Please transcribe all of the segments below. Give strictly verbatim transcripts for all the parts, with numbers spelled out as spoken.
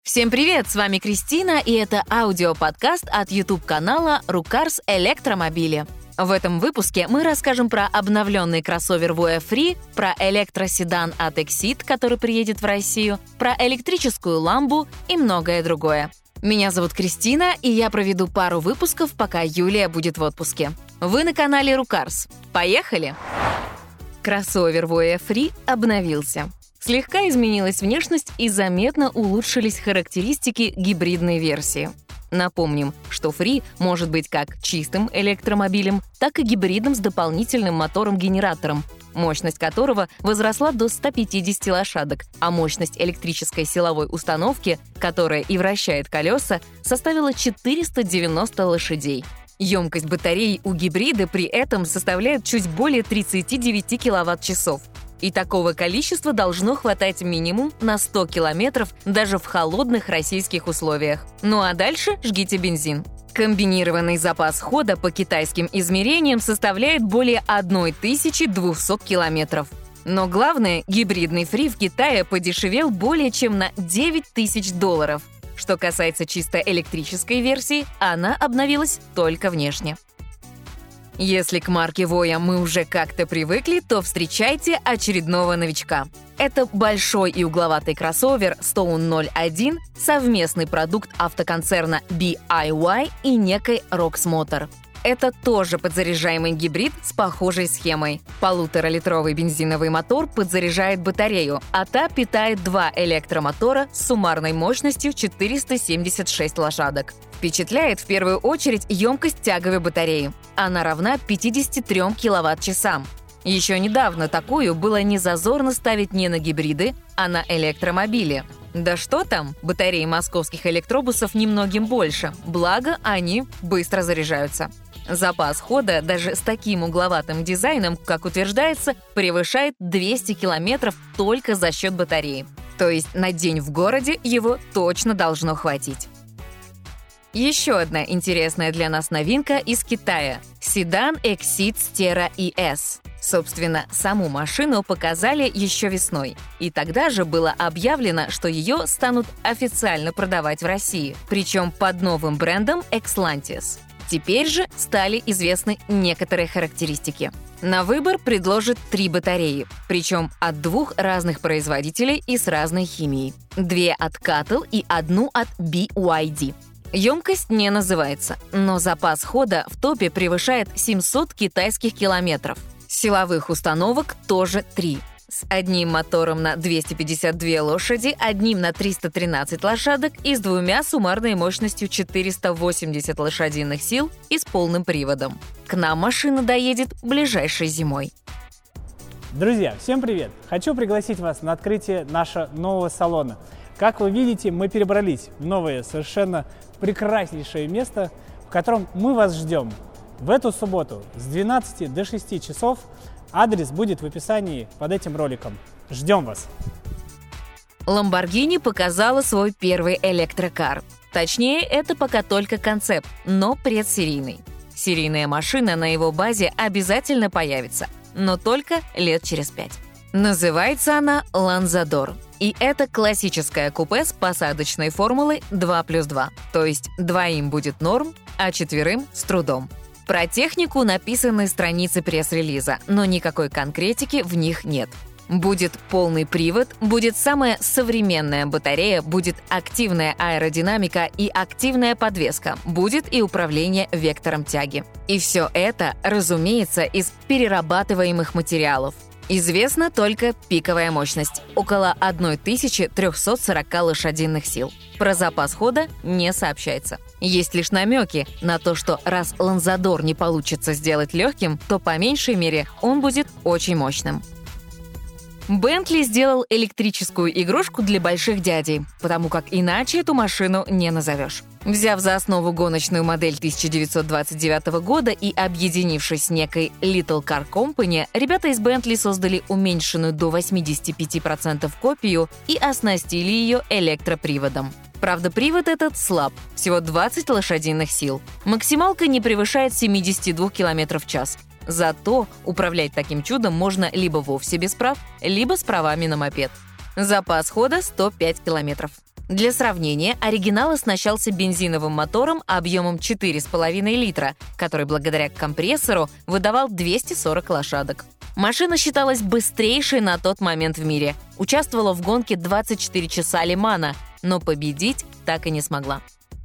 Всем привет, с вами Кристина, и это аудиоподкаст от YouTube-канала Рукарс Электромобили. В этом выпуске мы расскажем про обновленный кроссовер Voya Free, про электроседан от Exit, который приедет в Россию, про электрическую ламбу и многое другое. Меня зовут Кристина, и я проведу пару выпусков, пока Юлия будет в отпуске. Вы на канале Рукарс. Поехали! Кроссовер Voya Free обновился. Слегка изменилась внешность и заметно улучшились характеристики гибридной версии. Напомним, что Free может быть как чистым электромобилем, так и гибридом с дополнительным мотором-генератором, мощность которого возросла до ста пятидесяти лошадок, а мощность электрической силовой установки, которая и вращает колеса, составила четыреста девяносто лошадей. Емкость батареи у гибрида при этом составляет чуть более тридцати девяти киловатт-часов. И такого количества должно хватать минимум на сто километров даже в холодных российских условиях. Ну а дальше жгите бензин. Комбинированный запас хода по китайским измерениям составляет более тысячи двухсот километров. Но главное, гибридный Free в Китае подешевел более чем на девять тысяч долларов. Что касается чисто электрической версии, она обновилась только внешне. Если к марке Voya мы уже как-то привыкли, то встречайте очередного новичка. Это большой и угловатый кроссовер Stone ноль один, совместный продукт автоконцерна би ай уай и некой Rox Motor. Это тоже подзаряжаемый гибрид с похожей схемой. Полуторалитровый бензиновый мотор подзаряжает батарею, а та питает два электромотора с суммарной мощностью четыреста семьдесят шесть лошадок. Впечатляет в первую очередь емкость тяговой батареи. Она равна пятидесяти трём киловатт-часам. Еще недавно такую было незазорно ставить не на гибриды, а на электромобили. Да что там, батареи московских электробусов немногим больше, благо они быстро заряжаются. Запас хода даже с таким угловатым дизайном, как утверждается, превышает двести километров только за счет батареи. То есть на день в городе его точно должно хватить. Еще одна интересная для нас новинка из Китая – седан Exit Stera и эс. Собственно, саму машину показали еще весной. И тогда же было объявлено, что ее станут официально продавать в России, причем под новым брендом Xlantis. Теперь же стали известны некоторые характеристики. На выбор предложат три батареи, причем от двух разных производителей и с разной химией. Две от Cattle и одну от би уай ди. Емкость не называется, но запас хода в топе превышает семьсот китайских километров. Силовых установок тоже три. С одним мотором на двести пятьдесят две лошади, одним на триста тринадцать лошадок и с двумя суммарной мощностью четыреста восемьдесят лошадиных сил и с полным приводом. К нам машина доедет ближайшей зимой. Друзья, всем привет! Хочу пригласить вас на открытие нашего нового салона. Как вы видите, мы перебрались в новое, совершенно прекраснейшее место, в котором мы вас ждем. В эту субботу с двенадцати до шести часов. Адрес будет в описании под этим роликом. Ждем вас! Lamborghini показала свой первый электрокар. Точнее, это пока только концепт, но предсерийный. Серийная машина на его базе обязательно появится, но только лет через пять. Называется она Lanzador. И это классическое купе с посадочной формулой два плюс два. То есть двоим будет норм, а четверым — с трудом. Про технику написаны страницы пресс-релиза, но никакой конкретики в них нет. Будет полный привод, будет самая современная батарея, будет активная аэродинамика и активная подвеска, будет и управление вектором тяги. И все это, разумеется, из перерабатываемых материалов. Известна только пиковая мощность – около тысяча триста сорок лошадиных сил. Про запас хода не сообщается. Есть лишь намеки на то, что раз Lanzador не получится сделать легким, то по меньшей мере он будет очень мощным. Bentley сделал электрическую игрушку для больших дядей, потому как иначе эту машину не назовешь. Взяв за основу гоночную модель тысяча девятьсот двадцать девятого года и объединившись с некой Little Car Company, ребята из Bentley создали уменьшенную до восьмидесяти пяти процентов копию и оснастили ее электроприводом. Правда, привод этот слаб, всего двадцать лошадиных сил. Максималка не превышает семидесяти двух километров в час. Зато управлять таким чудом можно либо вовсе без прав, либо с правами на мопед. Запас хода сто пять километров. Для сравнения, оригинал оснащался бензиновым мотором объемом четыре с половиной литра, который благодаря компрессору выдавал двести сорок лошадок. Машина считалась быстрейшей на тот момент в мире, участвовала в гонке двадцать четыре часа Ле-Мана, но победить так и не смогла.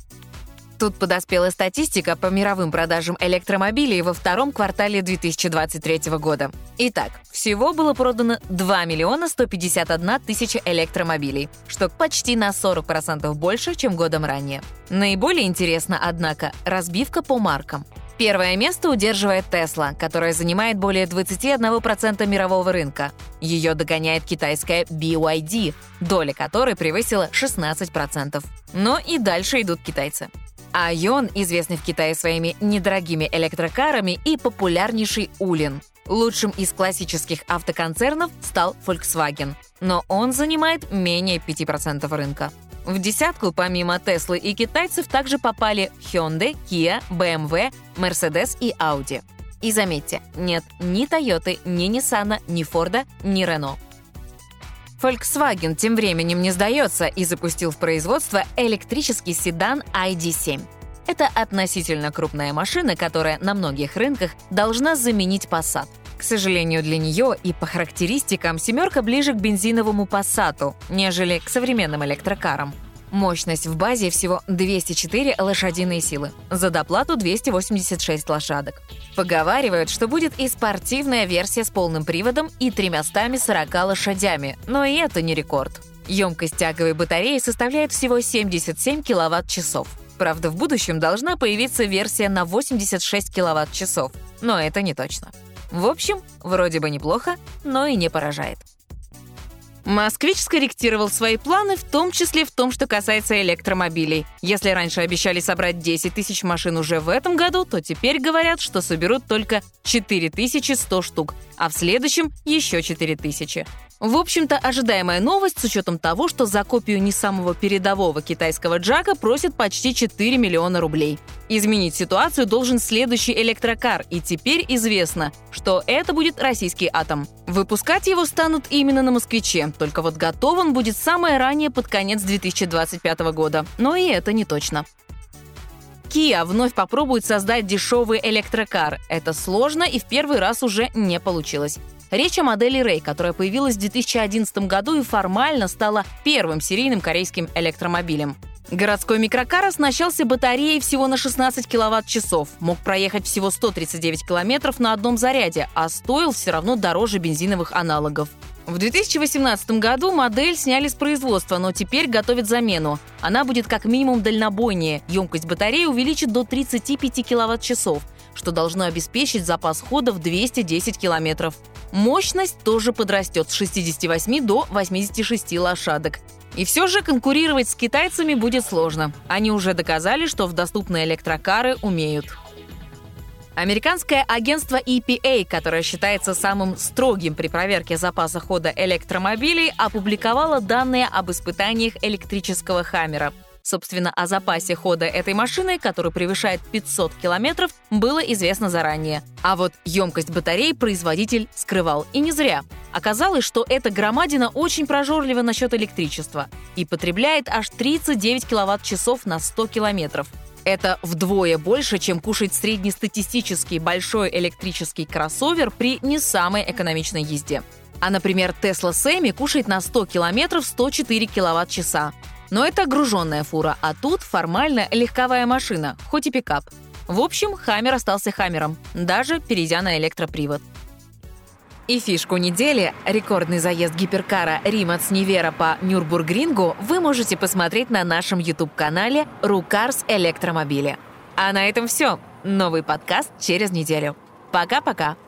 Тут подоспела статистика по мировым продажам электромобилей во втором квартале две тысячи двадцать третьего года. Итак, всего было продано два миллиона сто пятьдесят одна тысяча электромобилей, что почти на сорок процентов больше, чем годом ранее. Наиболее интересно, однако, разбивка по маркам. Первое место удерживает Tesla, которая занимает более двадцать один процент мирового рынка. Ее догоняет китайская би вай ди, доля которой превысила шестнадцать процентов. Но и дальше идут китайцы. Aion, известный в Китае своими недорогими электрокарами, и популярнейший Улин. Лучшим из классических автоконцернов стал Volkswagen, но он занимает менее пяти процентов рынка. В десятку помимо Теслы и китайцев также попали Hyundai, Kia, бэ эм вэ, Mercedes и Audi. И заметьте, нет ни Toyota, ни Nissan, ни Ford, ни Renault. Volkswagen тем временем не сдается и запустил в производство электрический седан ай ди семь. Это относительно крупная машина, которая на многих рынках должна заменить Passat. К сожалению, для нее и по характеристикам семерка ближе к бензиновому Passat, нежели к современным электрокарам. Мощность в базе всего двести четыре лошадиные силы, за доплату двести восемьдесят шесть лошадок. Поговаривают, что будет и спортивная версия с полным приводом и тремястами сорока лошадями, но и это не рекорд. Емкость тяговой батареи составляет всего семьдесят семь киловатт-часов. Правда, в будущем должна появиться версия на восемьдесят шесть киловатт-часов, но это не точно. В общем, вроде бы неплохо, но и не поражает. «Москвич» скорректировал свои планы, в том числе в том, что касается электромобилей. Если раньше обещали собрать десять тысяч машин уже в этом году, то теперь говорят, что соберут только четыре тысячи сто штук, а в следующем еще четыре тысячи. В общем-то, ожидаемая новость с учетом того, что за копию не самого передового китайского джака просят почти четыре миллиона рублей. Изменить ситуацию должен следующий электрокар, и теперь известно, что это будет российский «Атом». Выпускать его станут именно на «Москвиче», только вот готов он будет самое раннее под конец две тысячи двадцать пятого года, но и это не точно. Kia вновь попробует создать дешевый электрокар. Это сложно и в первый раз уже не получилось. Речь о модели Ray, которая появилась в две тысячи одиннадцатом году и формально стала первым серийным корейским электромобилем. Городской микрокар оснащался батареей всего на шестнадцать киловатт-часов, мог проехать всего сто тридцать девять километров на одном заряде, а стоил все равно дороже бензиновых аналогов. В две тысячи восемнадцатом году модель сняли с производства, но теперь готовят замену. Она будет как минимум дальнобойнее, емкость батареи увеличит до тридцати пяти киловатт-часов, что должно обеспечить запас хода в двести десять километров. Мощность тоже подрастет с шестидесяти восьми до восьмидесяти шести лошадок. И все же конкурировать с китайцами будет сложно. Они уже доказали, что в доступные электрокары умеют. Американское агентство и пи эй, которое считается самым строгим при проверке запаса хода электромобилей, опубликовало данные об испытаниях электрического «Хаммера». Собственно, о запасе хода этой машины, который превышает пятьсот километров, было известно заранее. А вот емкость батареи производитель скрывал. И не зря. Оказалось, что эта громадина очень прожорлива насчет электричества и потребляет аж тридцать девять киловатт-часов на сто километров. Это вдвое больше, чем кушает среднестатистический большой электрический кроссовер при не самой экономичной езде. А, например, Tesla Semi кушает на сто километров сто четыре киловатт-часа. Но это груженная фура, а тут формально легковая машина, хоть и пикап. В общем, «Хаммер» остался «Хаммером», даже перейдя на электропривод. И фишку недели – рекордный заезд гиперкара Римац Нивера по Нюрбургрингу вы можете посмотреть на нашем YouTube-канале «Рукарс Электромобили». А на этом все. Новый подкаст через неделю. Пока-пока!